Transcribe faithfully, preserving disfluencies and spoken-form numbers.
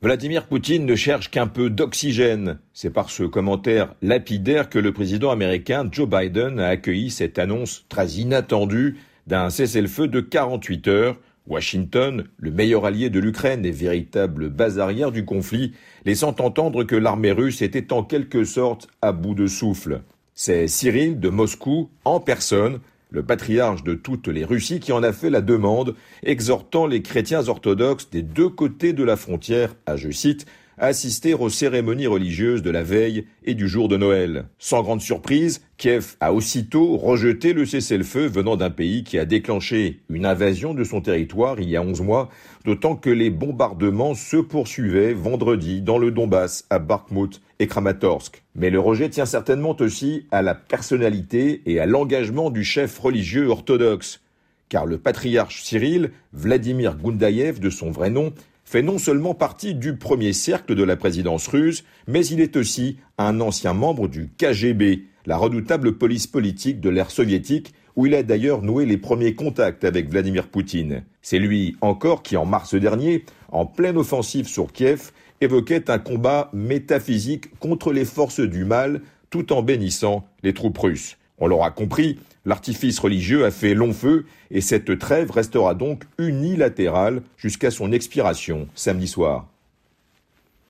Vladimir Poutine ne cherche qu'un peu d'oxygène. C'est par ce commentaire lapidaire que le président américain Joe Biden a accueilli cette annonce très inattendue d'un cessez-le-feu de quarante-huit heures. Washington, le meilleur allié de l'Ukraine et véritable base arrière du conflit, laissant entendre que l'armée russe était en quelque sorte à bout de souffle. C'est Cyril de Moscou, en personne, le patriarche de toutes les Russies, qui en a fait la demande, exhortant les chrétiens orthodoxes des deux côtés de la frontière à, je cite, assister aux cérémonies religieuses de la veille et du jour de Noël. Sans grande surprise, Kiev a aussitôt rejeté le cessez-le-feu venant d'un pays qui a déclenché une invasion de son territoire il y a onze mois, d'autant que les bombardements se poursuivaient vendredi dans le Donbass, à Bakhmout et Kramatorsk. Mais le rejet tient certainement aussi à la personnalité et à l'engagement du chef religieux orthodoxe. Car le patriarche Cyril, Vladimir Goundaïev de son vrai nom, fait non seulement partie du premier cercle de la présidence russe, mais il est aussi un ancien membre du K G B, la redoutable police politique de l'ère soviétique, où il a d'ailleurs noué les premiers contacts avec Vladimir Poutine. C'est lui encore qui, en mars dernier, en pleine offensive sur Kiev, évoquait un combat métaphysique contre les forces du mal, tout en bénissant les troupes russes. On l'aura compris, l'artifice religieux a fait long feu et cette trêve restera donc unilatérale jusqu'à son expiration samedi soir.